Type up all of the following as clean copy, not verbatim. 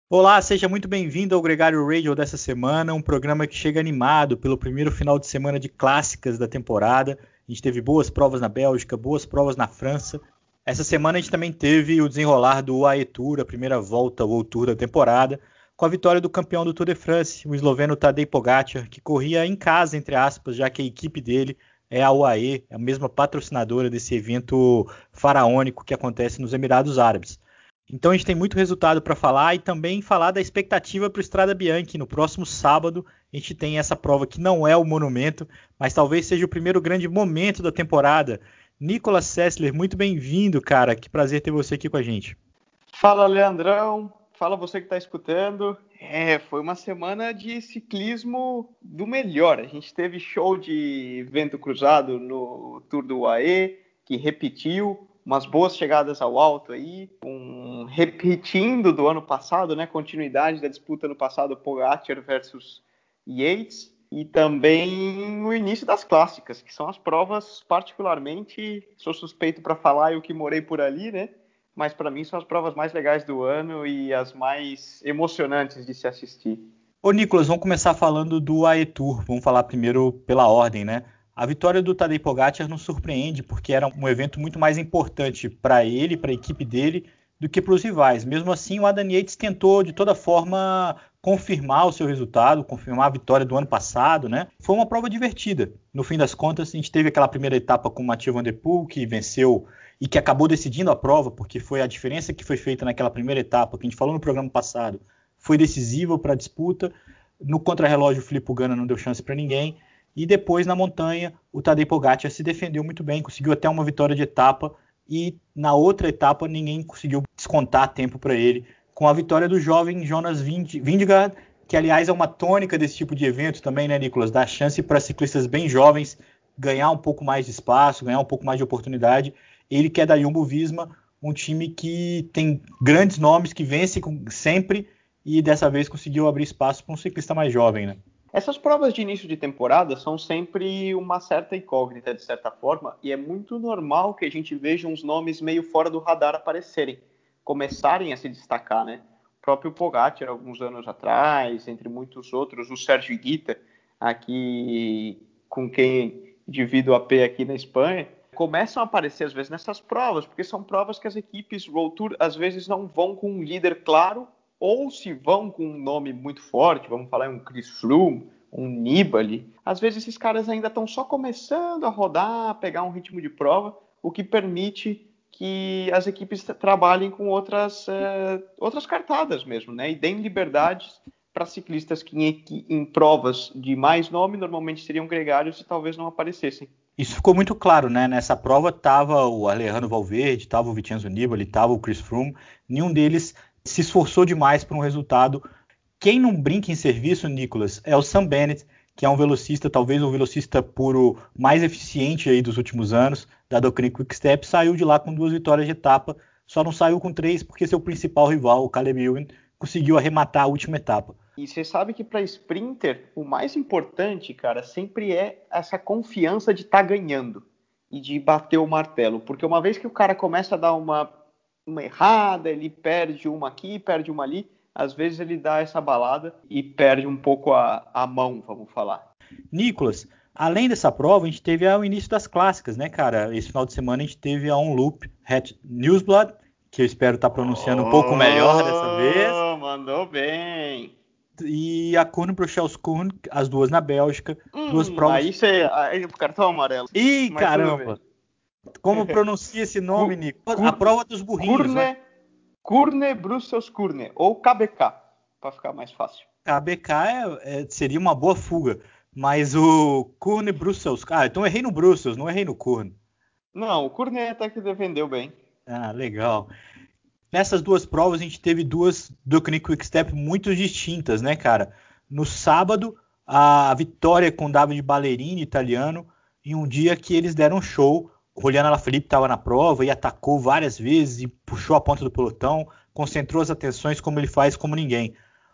Olá, seja muito bem-vindo ao Gregário Radio dessa semana, um programa que chega animado pelo primeiro final de semana de clássicas da temporada. A gente teve boas provas na Bélgica, boas provas na França. Essa semana a gente também teve o desenrolar do UAE Tour, a primeira volta ou Tour da temporada, com a vitória do campeão do Tour de France, o esloveno Tadej Pogačar, que corria em casa, entre aspas, já que a equipe dele é a UAE, a mesma patrocinadora desse evento faraônico que acontece nos Emirados Árabes. Então a gente tem muito resultado para falar e também falar da expectativa para o Strada Bianchi. No próximo sábado a gente tem essa prova que não é o monumento, mas talvez seja o primeiro grande momento da temporada. Nicolas Sessler, muito bem-vindo, cara. Que prazer ter você aqui com a gente. Fala, Leandrão. Fala você que está escutando. Foi uma semana de ciclismo do melhor. A gente teve show de vento cruzado no Tour do UAE, que repetiu umas boas chegadas ao alto aí, repetindo do ano passado, né? Continuidade da disputa no passado, Pogačar versus Yates. E também o início das clássicas, que são as provas particularmente, sou suspeito para falar, eu que morei por ali, né? Mas para mim são as provas mais legais do ano e as mais emocionantes de se assistir. Ô Nicolas, vamos começar falando do UAE Tour. Vamos falar primeiro pela ordem, né? A vitória do Tadej Pogačar nos surpreende porque era um evento muito mais importante para ele, para a equipe dele, do que para os rivais. Mesmo assim, o Adam Yates tentou de toda forma confirmar o seu resultado, confirmar a vitória do ano passado, né? Foi uma prova divertida. No fim das contas, a gente teve aquela primeira etapa com o Mathieu Van Der Poel, que venceu e que acabou decidindo a prova, porque foi a diferença que foi feita naquela primeira etapa, que a gente falou no programa passado, foi decisiva para a disputa. No contrarrelógio, o Filippo Ganna não deu chance para ninguém. E depois, na montanha, o Tadej Pogačar se defendeu muito bem, conseguiu até uma vitória de etapa. E na outra etapa, ninguém conseguiu descontar tempo para ele, com a vitória do jovem Jonas Vingegaard, que, aliás, é uma tônica desse tipo de evento também, né, Nicolas? Dá chance para ciclistas bem jovens ganhar um pouco mais de espaço, ganhar um pouco mais de oportunidade. Ele que é da Jumbo-Visma, um time que tem grandes nomes, que vence sempre, e dessa vez conseguiu abrir espaço para um ciclista mais jovem, né? Essas provas de início de temporada são sempre uma certa incógnita, de certa forma, e é muito normal que a gente veja uns nomes meio fora do radar aparecerem, começarem a se destacar, né? O próprio Pogačar, alguns anos atrás, entre muitos outros, o Sergio Higuita, aqui com quem divido o AP aqui na Espanha, começam a aparecer às vezes nessas provas, porque são provas que as equipes World Tour às vezes não vão com um líder claro, ou se vão com um nome muito forte, vamos falar um Chris Froome, um Nibali, às vezes esses caras ainda estão só começando a rodar, a pegar um ritmo de prova, o que permite que as equipes trabalhem com outras cartadas mesmo, né? E deem liberdades para ciclistas que em provas de mais nome normalmente seriam gregários e talvez não aparecessem. Isso ficou muito claro, né? Nessa prova estava o Alejandro Valverde, estava o Vincenzo Nibali, estava o Chris Froome. Nenhum deles se esforçou demais para um resultado. Quem não brinca em serviço, Nicolas, é o Sam Bennett, que é um velocista, talvez o velocista puro mais eficiente aí dos últimos anos, da Doctrine Quick-Step, saiu de lá com 2 vitórias de etapa, só não saiu com 3 porque seu principal rival, o Caleb Ewan, conseguiu arrematar a última etapa. E você sabe que para sprinter, o mais importante, cara, sempre é essa confiança de estar ganhando e de bater o martelo. Porque uma vez que o cara começa a dar uma errada, ele perde uma aqui, perde uma ali, às vezes ele dá essa balada e perde um pouco a mão, vamos falar. Nicolas, além dessa prova, a gente teve o início das clássicas, né, cara? Esse final de semana a gente teve a On-Loop Het Nieuwsblad, que eu espero estar pronunciando um pouco melhor dessa vez. Mandou bem. E a Kuurne-Bruxelles-Kuurne, as duas na Bélgica, duas provas. Aí o cartão amarelo. Ih, Mas tudo bem. caramba! Como pronuncia esse nome, Nico? A prova dos burrinhos, né? Kuurne, Brussels Kuurne, ou KBK, para ficar mais fácil. KBK seria uma boa fuga, mas o Kuurne Brussels. Ah, então errei no Brussels, não errei no Kuurne. Não, o Kuurne até que defendeu bem. Ah, legal. Nessas duas provas a gente teve duas Doctrine Quick-Step muito distintas, né, cara? No sábado, a vitória com Davide Ballerini, italiano, em um dia que eles deram show. O Juliano Alaphilippe estava na prova e atacou várias vezes e puxou a ponta do pelotão, concentrou as atenções como ele faz como ninguém.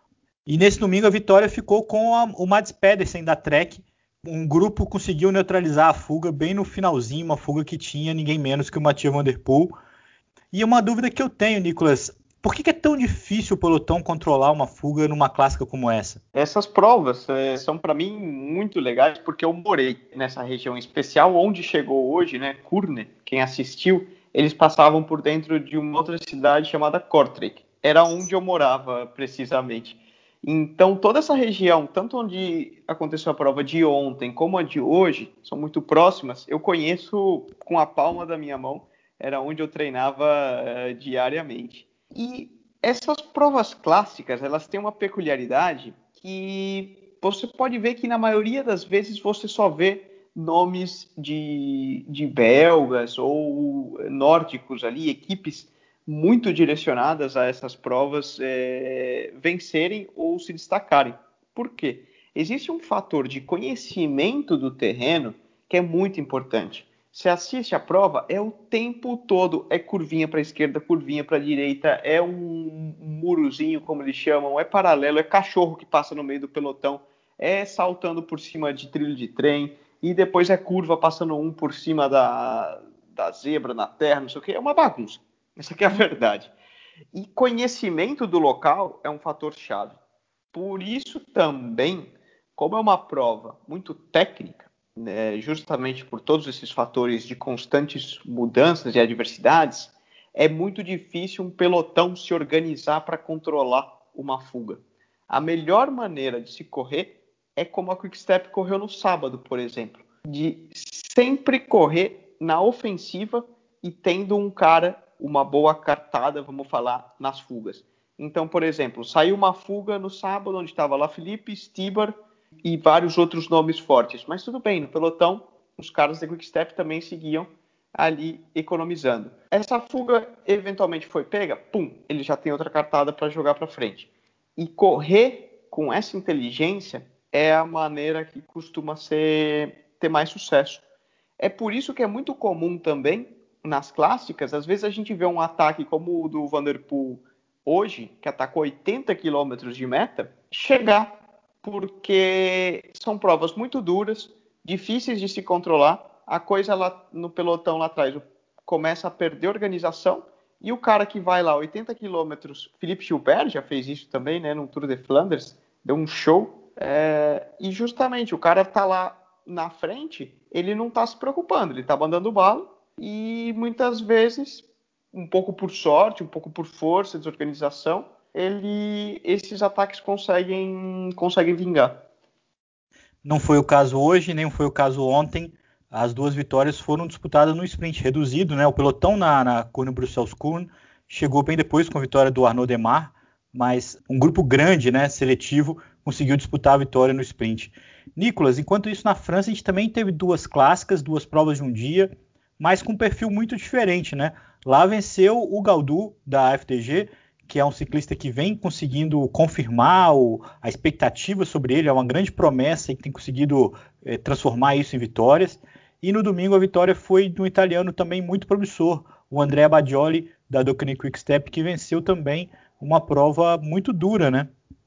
E nesse domingo a vitória ficou com o Mads Pedersen da Trek. Um grupo conseguiu neutralizar a fuga bem no finalzinho, uma fuga que tinha ninguém menos que o Mathieu Van Der Poel. E uma dúvida que eu tenho, Nicolas, Por que é tão difícil o pelotão controlar uma fuga numa clássica como essa? Essas provas são para mim muito legais porque eu morei nessa região especial onde chegou hoje, né, Kuurne. Quem assistiu, eles passavam por dentro de uma outra cidade chamada Kortrijk. Era onde eu morava precisamente. Então toda essa região, tanto onde aconteceu a prova de ontem como a de hoje, são muito próximas. Eu conheço com a palma da minha mão. Era onde eu treinava diariamente. E essas provas clássicas, elas têm uma peculiaridade que você pode ver que na maioria das vezes você só vê nomes de belgas ou nórdicos ali, equipes muito direcionadas a essas provas vencerem ou se destacarem. Por quê? Existe um fator de conhecimento do terreno que é muito importante. Você assiste a prova, é o tempo todo, é curvinha para a esquerda, curvinha para a direita, é um murozinho, como eles chamam, é paralelo, é cachorro que passa no meio do pelotão, é saltando por cima de trilho de trem, e depois é curva passando um por cima da zebra na terra, não sei o que, é uma bagunça. Essa aqui é a verdade. E conhecimento do local é um fator chave. Por isso também, como é uma prova muito técnica, né, justamente por todos esses fatores de constantes mudanças e adversidades, é muito difícil um pelotão se organizar para controlar uma fuga. A melhor maneira de se correr é como a Quick-Step correu no sábado, por exemplo, de sempre correr na ofensiva e tendo um cara, uma boa cartada, vamos falar, nas fugas. Então, por exemplo, saiu uma fuga no sábado onde estava lá Felipe, Stibar e vários outros nomes fortes. Mas tudo bem, no pelotão, os caras da Quick-Step também seguiam ali economizando. Essa fuga eventualmente foi pega, pum, ele já tem outra cartada para jogar para frente. E correr com essa inteligência é a maneira que costuma ter mais sucesso. É por isso que é muito comum também, nas clássicas, às vezes a gente vê um ataque como o do Van der Poel hoje, que atacou 80 quilômetros de meta, chegar, porque são provas muito duras, difíceis de se controlar, a coisa lá no pelotão lá atrás começa a perder organização, e o cara que vai lá 80 quilômetros, Philippe Gilbert já fez isso também, né, no Tour de Flanders, deu um show, e justamente o cara tá lá na frente, ele não tá se preocupando, ele tá mandando bala, e muitas vezes, um pouco por sorte, um pouco por força, desorganização, esses ataques conseguem vingar. Não foi o caso hoje, nem foi o caso ontem. As duas vitórias foram disputadas no sprint reduzido, né? O pelotão na Kuurne-Bruxelles-Kuurne chegou bem depois com a vitória do Arnaud Démare, mas um grupo grande, né, seletivo, conseguiu disputar a vitória no sprint. Nicolas, enquanto isso na França a gente também teve duas clássicas, duas provas de um dia, mas com um perfil muito diferente, né? Lá venceu o Gaudu da FDG, que é um ciclista que vem conseguindo confirmar a expectativa sobre ele, é uma grande promessa e que tem conseguido transformar isso em vitórias. E no domingo a vitória foi de um italiano também muito promissor, o Andrea Badioli, da Docane Quick Step, que venceu também uma prova muito dura, né?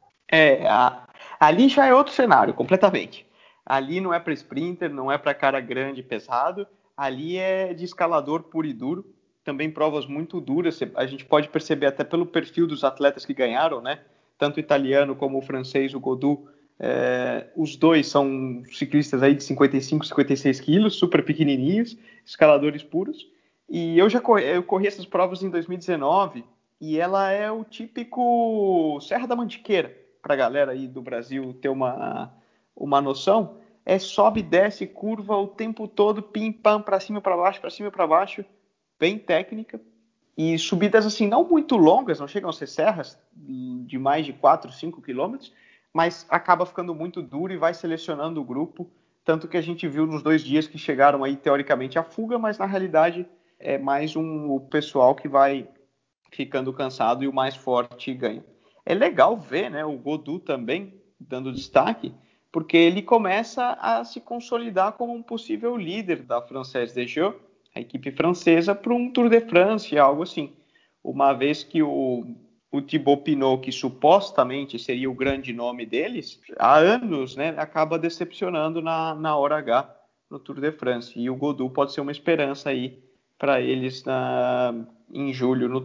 Ali já é outro cenário, completamente. Ali não é para sprinter, não é para cara grande e pesado, ali é de escalador puro e duro, também provas muito duras, a gente pode perceber até pelo perfil dos atletas que ganharam, né? Tanto o italiano como o francês, o Gaudu, os dois são ciclistas aí de 55, 56 quilos, super pequenininhos, escaladores puros, e eu corri essas provas em 2019, e ela é o típico Serra da Mantiqueira, para a galera aí do Brasil ter uma noção, sobe, desce, curva o tempo todo, pim, pam, para cima, para baixo, bem técnica. E subidas assim, não muito longas, não chegam a ser serras de mais de 4, 5 quilômetros, mas acaba ficando muito duro e vai selecionando o grupo. Tanto que a gente viu nos 2 dias que chegaram aí, teoricamente, a fuga, mas na realidade é mais o pessoal que vai ficando cansado e o mais forte ganha. É legal ver, né, o Gaudu também dando destaque, porque ele começa a se consolidar como um possível líder da Française des Jeux, a equipe francesa, para um Tour de France, algo assim. Uma vez que o Thibaut Pinot, que supostamente seria o grande nome deles, há anos, né, acaba decepcionando na hora H no Tour de France. E o Gaudu pode ser uma esperança aí para eles em julho no Tour.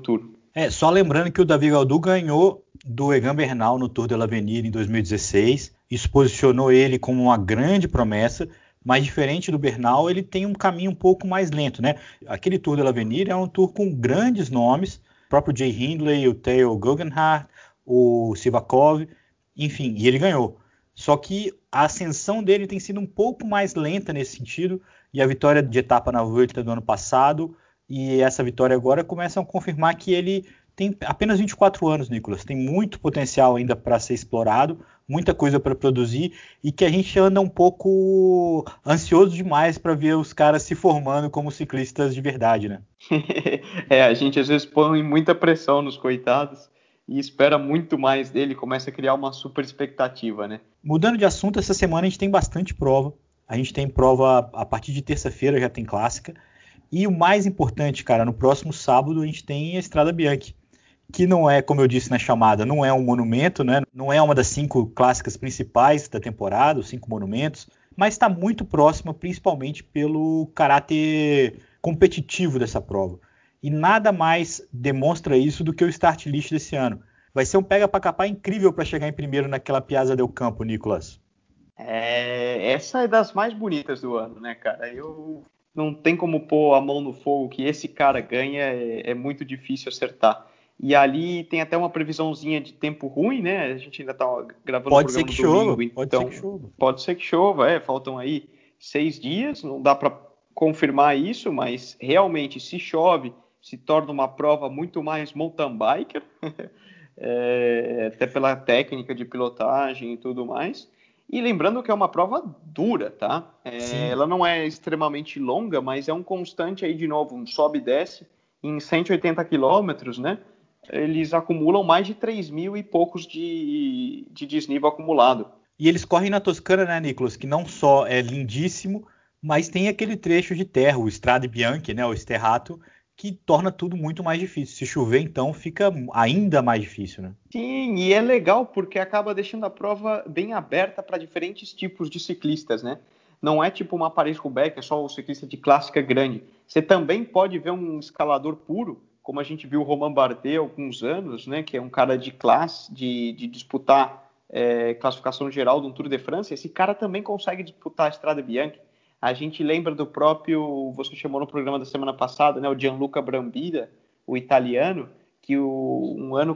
Só lembrando que o Davi Gaudu ganhou do Egan Bernal no Tour de l'Avenir em 2016. Isso posicionou ele como uma grande promessa, mas diferente do Bernal, ele tem um caminho um pouco mais lento, né? Aquele Tour de l'Avenir é um tour com grandes nomes, o próprio Jay Hindley, o Theo Guggenhardt, o Sivakov, enfim, e ele ganhou. Só que a ascensão dele tem sido um pouco mais lenta nesse sentido, e a vitória de etapa na Vuelta do ano passado e essa vitória agora começam a confirmar que ele tem apenas 24 anos, Nicolas. Tem muito potencial ainda para ser explorado, muita coisa para produzir e que a gente anda um pouco ansioso demais para ver os caras se formando como ciclistas de verdade, né? A gente às vezes põe muita pressão nos coitados e espera muito mais dele, começa a criar uma super expectativa, né? Mudando de assunto, essa semana a gente tem bastante prova. A gente tem prova a partir de terça-feira, já tem clássica. E o mais importante, cara, no próximo sábado a gente tem a Strada Bianchi, que não é, como eu disse na chamada, não é um monumento, né? Não é uma das 5 clássicas principais da temporada, os 5 monumentos, mas está muito próxima, principalmente pelo caráter competitivo dessa prova. E nada mais demonstra isso do que o start list desse ano. Vai ser um pega para capar incrível para chegar em primeiro naquela Piazza del Campo, Nicolas. Essa é das mais bonitas do ano, né, cara? Eu não tem como pôr a mão no fogo que esse cara ganha, é muito difícil acertar. E ali tem até uma previsãozinha de tempo ruim, né? A gente ainda tá gravando o programa no domingo, então pode ser que chova, faltam aí 6 dias, não dá para confirmar isso, mas realmente se chove, se torna uma prova muito mais mountain biker, até pela técnica de pilotagem e tudo mais. E lembrando que é uma prova dura, tá? Ela não é extremamente longa, mas é um constante aí de novo, um sobe e desce em 180 quilômetros, né? Eles acumulam mais de 3 mil e poucos de desnível acumulado. E eles correm na Toscana, né, Nicolas? Que não só é lindíssimo, mas tem aquele trecho de terra, o Strade Bianche, né, o Sterrato, que torna tudo muito mais difícil. Se chover, então, fica ainda mais difícil, né? Sim, e é legal porque acaba deixando a prova bem aberta para diferentes tipos de ciclistas, né? Não é tipo uma Paris-Roubaix, que é só o ciclista de clássica grande. Você também pode ver um escalador puro, como a gente viu o Romain Bardet há alguns anos, né? Que é um cara de classe, de disputar classificação geral de um Tour de France. Esse cara também consegue disputar a Strade Bianche. A gente lembra do próprio, você chamou no programa da semana passada, né? O Gianluca Brambilla, o italiano, que um ano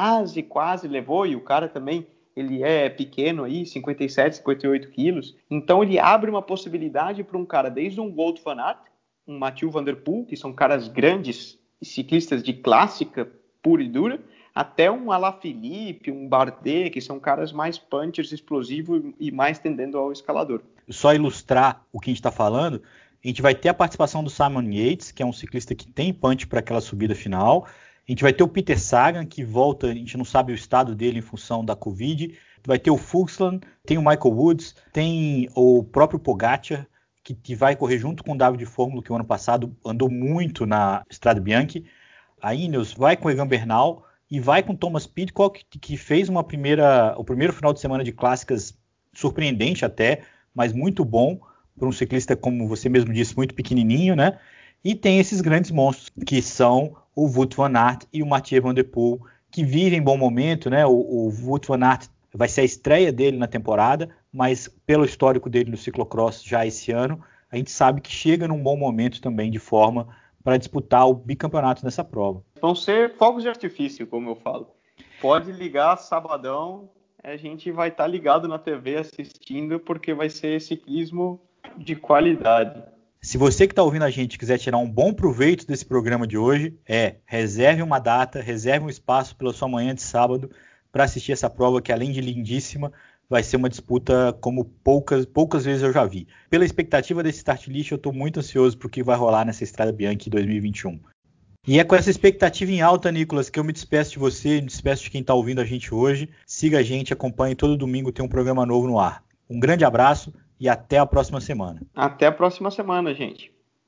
quase levou, e o cara também, ele é pequeno aí, 57, 58 quilos, então ele abre uma possibilidade para um cara, desde um Wout van Aert, um Mathieu Van Der Poel, que são caras grandes, ciclistas de clássica, pura e dura, até um Alaphilippe, um Bardet, que são caras mais punchers, explosivos e mais tendendo ao escalador. Só ilustrar o que a gente está falando, a gente vai ter a participação do Simon Yates, que é um ciclista que tem punch para aquela subida final. A gente vai ter o Peter Sagan, que volta, a gente não sabe o estado dele em função da Covid. Vai ter o Fuglsang, tem o Michael Woods, tem o próprio Pogacar, que vai correr junto com o David Fogglo, que o ano passado andou muito na Strade Bianche. A Ineos vai com o Egan Bernal e vai com o Thomas Pidcock, que fez o primeiro final de semana de clássicas surpreendente até, mas muito bom para um ciclista, como você mesmo disse, muito pequenininho, né? E tem esses grandes monstros, que são o Wout van Aert e o Mathieu Van Der Poel, que vivem bom momento, né? O Wout van Aert vai ser a estreia dele na temporada, mas pelo histórico dele no ciclocross já esse ano, a gente sabe que chega num bom momento também de forma para disputar o bicampeonato nessa prova. Vão ser fogos de artifício, como eu falo. Pode ligar sabadão, a gente vai estar ligado na TV assistindo, porque vai ser ciclismo de qualidade. Se você que está ouvindo a gente quiser tirar um bom proveito desse programa de hoje, reserve uma data, reserve um espaço pela sua manhã de sábado para assistir essa prova que, além de lindíssima, vai ser uma disputa como poucas vezes eu já vi. Pela expectativa desse start list, eu estou muito ansioso para o que vai rolar nessa Strade Bianche 2021. E é com essa expectativa em alta, Nicolas, que eu me despeço de você, me despeço de quem está ouvindo a gente hoje. Siga a gente, acompanhe, todo domingo tem um programa novo no ar. Um grande abraço e até a próxima semana. Até a próxima semana, gente.